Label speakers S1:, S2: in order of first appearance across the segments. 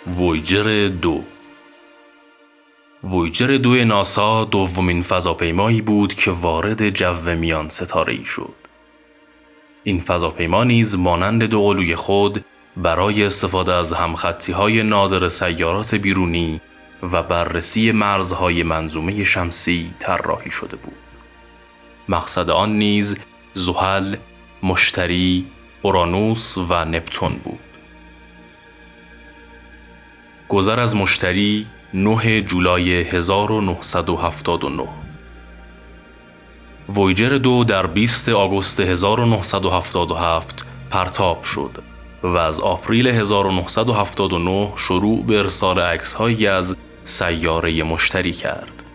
S1: وویجر 2 وویجر 2 ناسا دومین فضاپیمایی بود که وارد جو میان ستاره‌ای شد. این فضاپیما نیز مانند دوقلوی خود برای استفاده از همخطی‌های نادر سیارات بیرونی و بررسی مرزهای منظومه شمسی طراحی شده بود. مقصد آن نیز زحل، مشتری، اورانوس و نپتون بود. گذر از مشتری 9 جولای 1979. وویجر 2 در 20 آگوست 1977 پرتاب شد و از آپریل 1979 شروع به ارسال عکس‌هایی از سیاره مشتری کرد.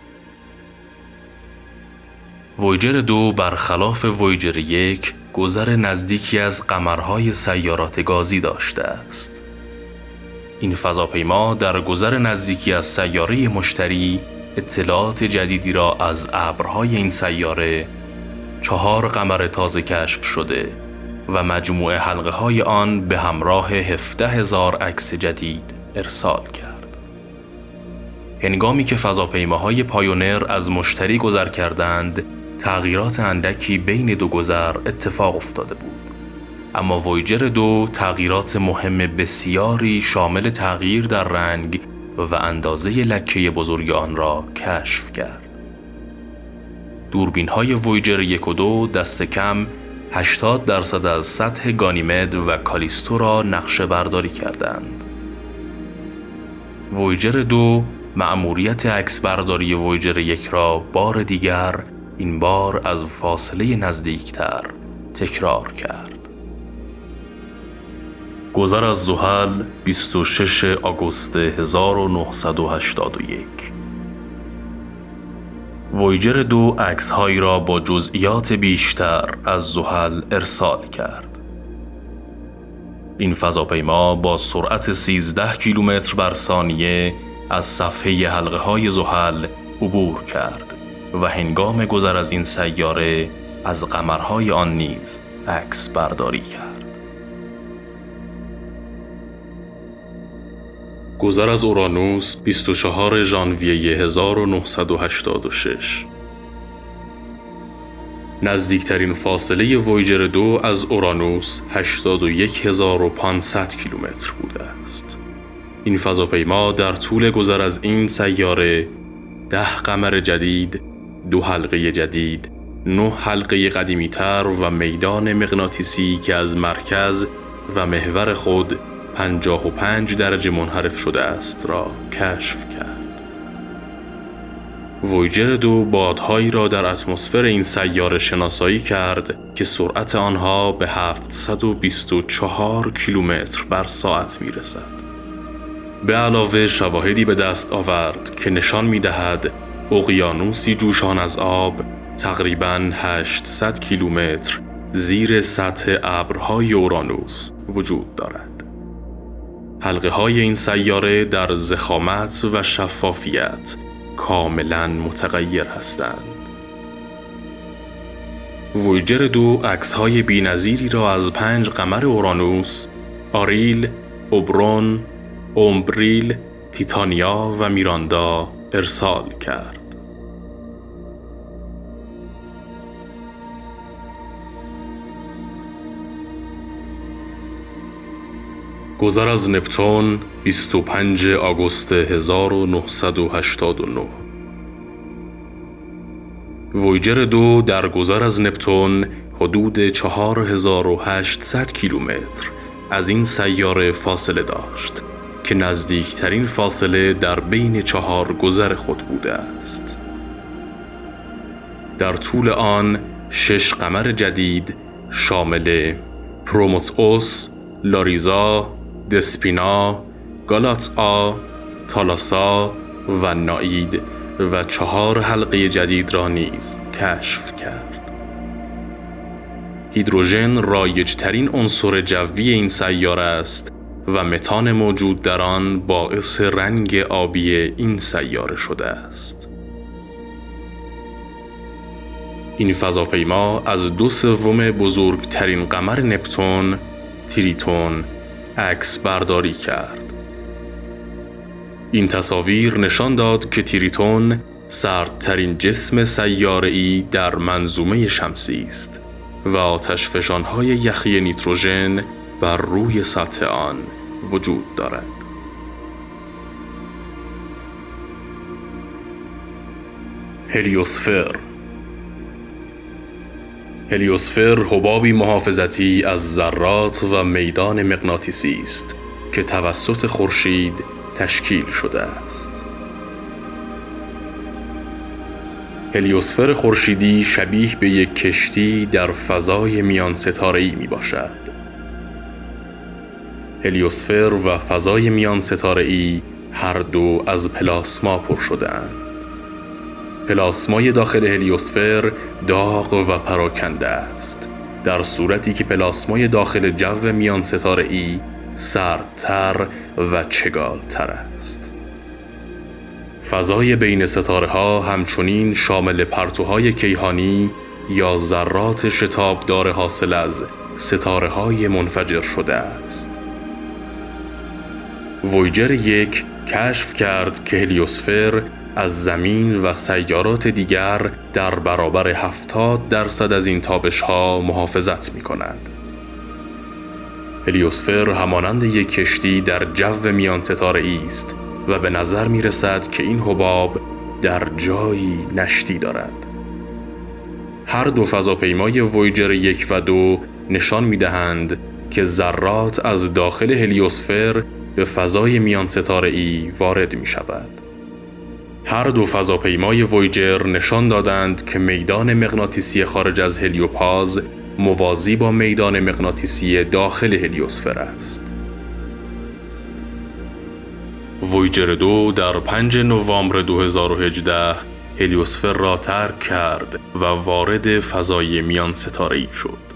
S1: وویجر 2 برخلاف وویجر 1 گذر نزدیکی از قمرهای سیارات گازی داشته است. این فضاپیما در گذر نزدیکی از سیاره مشتری اطلاعات جدیدی را از ابرهای این سیاره، 4 قمر تازه کشف شده و مجموع حلقه‌های آن به همراه 17,000 عکس جدید ارسال کرد. هنگامی که فضاپیماهای پایونر از مشتری گذر کردند، تغییرات اندکی بین دو گذر اتفاق افتاده بود. اما وویجر 2 تغییرات مهم بسیاری شامل تغییر در رنگ و اندازه لکه بزرگ آن را کشف کرد. دوربین‌های وویجر 1 و 2 دست کم 80% از سطح گانیمد و کالیستو را نقشه برداری کردند. وویجر 2 مأموریت عکس برداری وویجر 1 را بار دیگر، این بار از فاصله نزدیکتر، تکرار کرد. گذر از زحل 26 آگوست 1981. وویجر 2 عکس‌هایی را با جزئیات بیشتر از زحل ارسال کرد. این فضاپیما با سرعت 13 کیلومتر بر ثانیه از صفحه حلقه‌های زحل عبور کرد و هنگام گذر از این سیاره از قمرهای آن نیز عکس برداری کرد. گذر از اورانوس 24 ژانویه 1986. نزدیکترین فاصله وویجر 2 از اورانوس 81,500 کیلومتر بوده است. این فضاپیما در طول گذر از این سیاره 10 قمر جدید، 2 حلقه جدید، 9 حلقه قدیمی‌تر و میدان مغناطیسی که از مرکز و محور خود 55 درجه منحرف شده است را کشف کرد. وویجر 2 بادهایی را در اتمسفر این سیاره شناسایی کرد که سرعت آنها به 724 کیلومتر بر ساعت می رسد. به علاوه شواهدی به دست آورد که نشان می دهد اقیانوسی جوشان از آب تقریباً 800 کیلومتر زیر سطح ابرهای اورانوس وجود دارد. حلقه های این سیاره در ضخامت و شفافیت کاملاً متغیر هستند. وویجر 2 عکس‌های بی‌نظیری را از 5 قمر اورانوس، آریل، اوبرون، اومبریل، تیتانیا و میراندا ارسال کرد. گذر از نپتون 25 آگوست 1989. وویجر 2 در گذر از نپتون حدود 4800 کیلومتر از این سیاره فاصله داشت که نزدیکترین فاصله در بین 4 گذر خود بوده است. در طول آن 6 قمر جدید شامل پروموتئوس، لاریزا، دسپینا، گالاتآ، تالاسا و نائید و 4 حلقه جدید را نیز کشف کرد. هیدروژن رایج‌ترین عنصر جوی این سیاره است و متان موجود در آن باعث رنگ آبی این سیاره شده است. این فضاپیما از 2/3 بزرگترین قمر نپتون، تریتون، عکس برداری کرد. این تصاویر نشان داد که تریتون سردترین جسم سیاره‌ای در منظومه شمسی است و آتشفشان‌های یخی نیتروژن بر روی سطح آن وجود دارد. هلیوسفر. هلیوسفر حبابی محافظتی از ذرات و میدان مغناطیسی است که توسط خورشید تشکیل شده است. هلیوسفر خورشیدی شبیه به یک کشتی در فضای میان ستاره‌ای می باشد. هلیوسفر و فضای میان ستاره‌ای هر دو از پلاسما پر شده‌اند. پلاسمای داخل هلیوسفر داغ و پراکنده است، در صورتی که پلاسمای داخل جو میان ستاره‌ای سردتر و چگالتر است. فضای بین ستاره‌ها همچنین شامل پرتوهای کیهانی یا ذرات شتابدار حاصل از ستاره‌های منفجر شده است. وویجر 1 کشف کرد که هلیوسفر از زمین و سیارات دیگر در برابر 70% از این تابش‌ها محافظت می‌کند. هلیوسفر همانند یک کشتی در جو میان ستاره‌ای است و به نظر می‌رسد که این حباب در جایی نشتی دارد. هر دو فضاپیمای وویجر 1 و 2 نشان می‌دهند که ذرات از داخل هلیوسفر به فضای میان ستاره‌ای وارد می‌شود. هر دو فضاپیمای وویجر نشان دادند که میدان مغناطیسی خارج از هلیوپاز موازی با میدان مغناطیسی داخل هلیوسفر است. وویجر 2 در 5 نوامبر 2018 هلیوسفر را ترک کرد و وارد فضای میان ستاره‌ای شد.